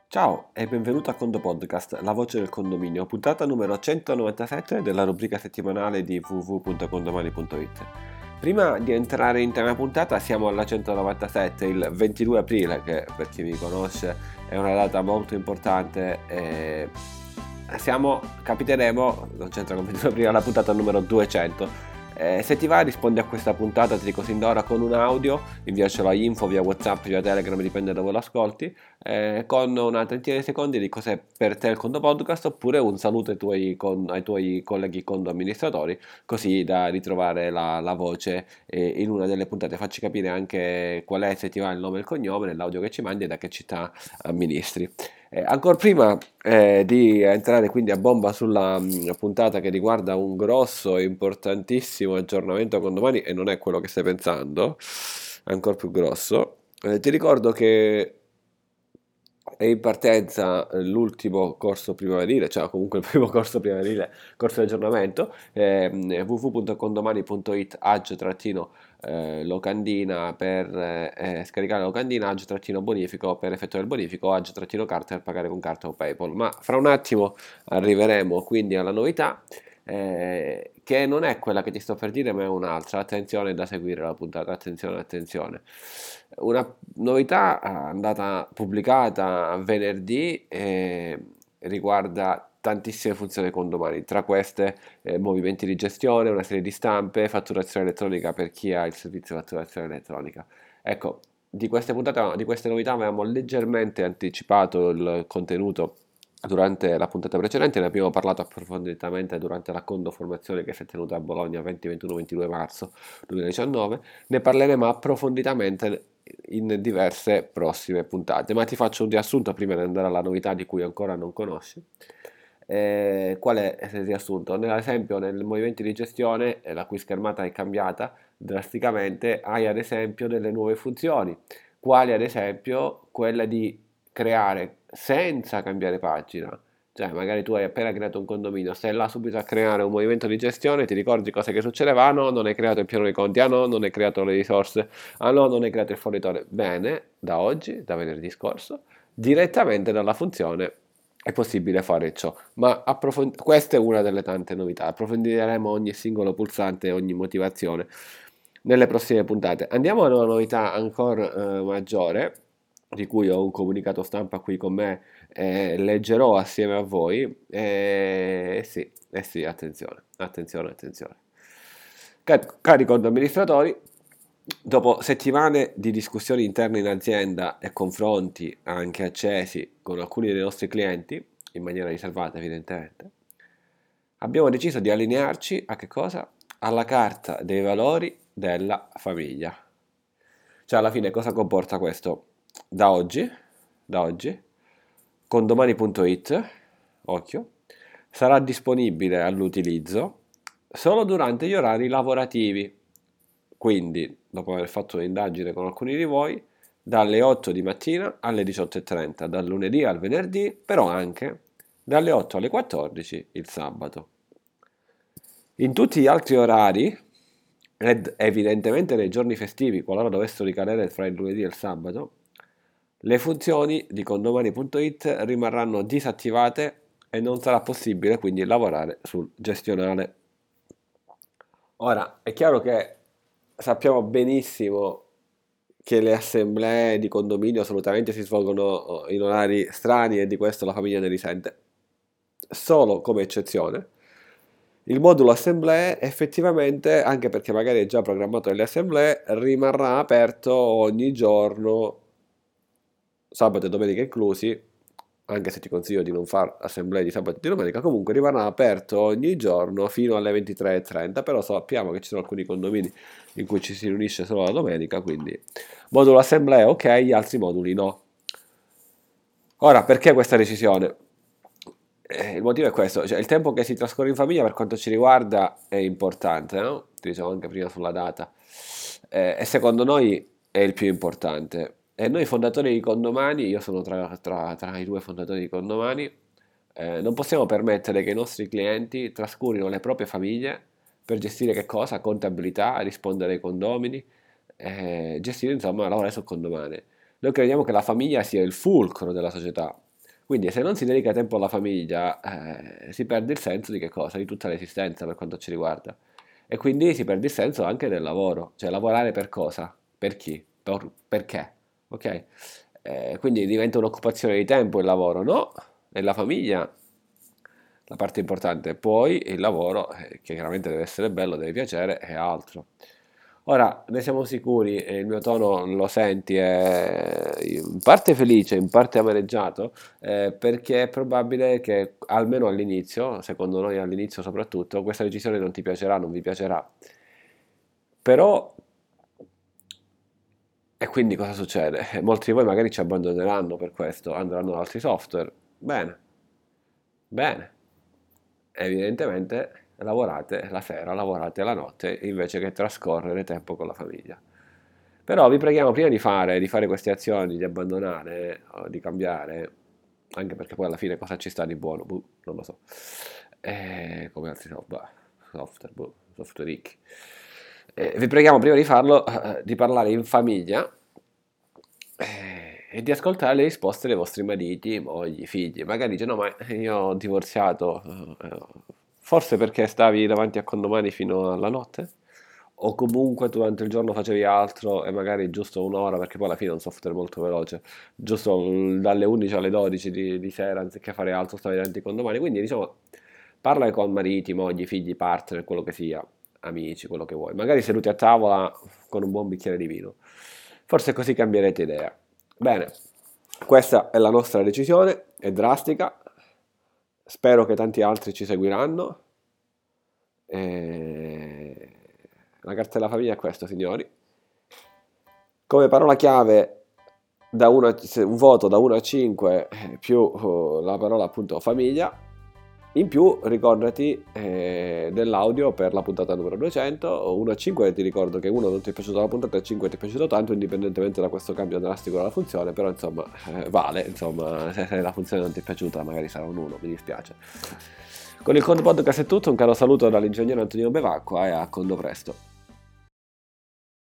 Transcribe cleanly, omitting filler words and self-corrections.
Ciao e benvenuto a Condo Podcast, la voce del condominio, puntata numero 197 della rubrica settimanale di www.condomani.it. Prima di entrare in tema puntata siamo alla 197, il 22 aprile, che per chi mi conosce è una data molto importante e capiteremo, non c'entra con 22 aprile, alla puntata numero 200. Se ti va rispondi a questa puntata, ti dico sin da ora, con un audio, inviacelo a info via WhatsApp, via Telegram, dipende da dove lo ascolti, con una trentina di secondi di cos'è per te il conto podcast, oppure un saluto ai tuoi colleghi condo amministratori, così da ritrovare la voce in una delle puntate. Facci capire anche qual è, se ti va, il nome e il cognome nell'audio che ci mandi e da che città amministri. Ancora prima di entrare quindi a bomba sulla puntata che riguarda un grosso e importantissimo aggiornamento con domani, e non è quello che stai pensando, è ancora più grosso, ti ricordo che è in partenza l'ultimo corso primaverile, cioè comunque il primo corso primaverile, corso di aggiornamento, www.condomani.it agio-locandina per scaricare la locandina, agio-bonifico per effettuare il bonifico, agio-carta per pagare con carta o PayPal. Ma fra un attimo arriveremo quindi alla novità, che non è quella che ti sto per dire, ma è un'altra. Attenzione, da seguire la puntata, attenzione, attenzione. Una novità andata pubblicata venerdì, riguarda tantissime funzioni condomani, tra queste movimenti di gestione, una serie di stampe, fatturazione elettronica per chi ha il servizio di fatturazione elettronica. Ecco, di queste novità avevamo leggermente anticipato il contenuto durante la puntata precedente, ne abbiamo parlato approfonditamente durante la condoformazione che si è tenuta a Bologna 20, 21, 22 marzo 2019. Ne parleremo approfonditamente in diverse prossime puntate, ma ti faccio un riassunto prima di andare alla novità di cui ancora non conosci. Qual è il riassunto? Nell'esempio, nel movimento di gestione, la cui schermata è cambiata drasticamente, hai ad esempio delle nuove funzioni, quali ad esempio quella di creare senza cambiare pagina. Cioè, magari tu hai appena creato un condominio, stai là subito a creare un movimento di gestione, ti ricordi cosa che succedeva? Ah no, non hai creato il piano dei conti, ah no, non hai creato le risorse, ah no, non hai creato il fornitore. Bene, da oggi, da venerdì scorso, direttamente dalla funzione è possibile fare ciò. Ma questa è una delle tante novità. Approfondiremo ogni singolo pulsante e ogni motivazione nelle prossime puntate. Andiamo a una novità ancora maggiore, di cui ho un comunicato stampa qui con me, leggerò assieme a voi. Sì, attenzione, attenzione, attenzione. Cari conto amministratori, dopo settimane di discussioni interne in azienda e confronti anche accesi con alcuni dei nostri clienti, in maniera riservata evidentemente, abbiamo deciso di allinearci a che cosa? Alla carta dei valori della famiglia. Cioè, alla fine cosa comporta questo? Da oggi, condomani.it, occhio, sarà disponibile all'utilizzo solo durante gli orari lavorativi. Quindi, dopo aver fatto un'indagine con alcuni di voi, dalle 8 di mattina alle 18:30, dal lunedì al venerdì, però anche dalle 8 alle 14 il sabato. In tutti gli altri orari, ed evidentemente nei giorni festivi, qualora dovessero ricadere fra il lunedì e il sabato, le funzioni di condomani.it rimarranno disattivate e non sarà possibile quindi lavorare sul gestionale. Ora, è chiaro che sappiamo benissimo che le assemblee di condominio assolutamente si svolgono in orari strani, e di questo la famiglia ne risente. Solo come eccezione, il modulo assemblee effettivamente, anche perché magari è già programmato nelle assemblee, rimarrà aperto ogni giorno, sabato e domenica inclusi, anche se ti consiglio di non fare assemblee di sabato e di domenica. Comunque rimarrà aperto ogni giorno fino alle 23:30, però sappiamo che ci sono alcuni condomini in cui ci si riunisce solo la domenica, quindi modulo assemblee ok, gli altri moduli no. Ora, perché questa decisione? Il motivo è questo, cioè il tempo che si trascorre in famiglia per quanto ci riguarda è importante, no? Ti dicevo anche prima sulla data. E secondo noi è il più importante. E noi fondatori di Condomani, io sono tra i due fondatori di Condomani, non possiamo permettere che i nostri clienti trascurino le proprie famiglie per gestire che cosa? Contabilità, rispondere ai condomini, gestire insomma, lavorare sul condomani. Noi crediamo che la famiglia sia il fulcro della società, Quindi se non si dedica tempo alla famiglia, si perde il senso di che cosa? Di tutta l'esistenza per quanto ci riguarda. E quindi si perde il senso anche del lavoro, cioè lavorare per cosa? Per chi? Perché? Ok? Quindi diventa un'occupazione di tempo il lavoro, no? E la famiglia, la parte importante, poi il lavoro, che chiaramente deve essere bello, deve piacere, è altro. Ora, ne siamo sicuri, e il mio tono lo senti, è in parte felice, in parte amareggiato, perché è probabile che almeno all'inizio, secondo noi all'inizio soprattutto, questa decisione non ti piacerà, non vi piacerà. Però, e quindi cosa succede? Molti di voi magari ci abbandoneranno per questo, andranno ad altri software. Bene, bene. Evidentemente lavorate la sera, lavorate la notte invece che trascorrere tempo con la famiglia. Però vi preghiamo prima di fare queste azioni, di abbandonare o di cambiare, anche perché poi alla fine cosa ci sta di buono? Boh, non lo so. Come altri software, boh, software ricchi. Vi preghiamo prima di farlo, di parlare in famiglia e di ascoltare le risposte dei vostri mariti, mogli, figli. Magari dice no, ma io ho divorziato, forse perché stavi davanti a condomani fino alla notte? O comunque durante il giorno facevi altro e magari giusto un'ora, perché poi alla fine è un software molto veloce, giusto dalle 11 alle 12 di sera, anziché fare altro, stavi davanti ai condomani. Quindi diciamo, parla con mariti, mogli, figli, partner, quello che sia, amici, quello che vuoi. Magari seduti a tavola con un buon bicchiere di vino. Forse così cambierete idea. Bene, questa è la nostra decisione, è drastica, spero che tanti altri ci seguiranno. E la cartella famiglia è questa, signori. Come parola chiave, un voto da 1 a 5 più la parola appunto famiglia. In più ricordati dell'audio per la puntata numero 200, 1 a 5 ti ricordo che 1 non ti è piaciuta la puntata e 5 ti è piaciuto tanto, indipendentemente da questo cambio drastico della funzione, però insomma vale, insomma se la funzione non ti è piaciuta magari sarà un 1, mi dispiace. Con il Condo Podcast è tutto, un caro saluto dall'ingegnere Antonino Bevacqua e a Condo presto.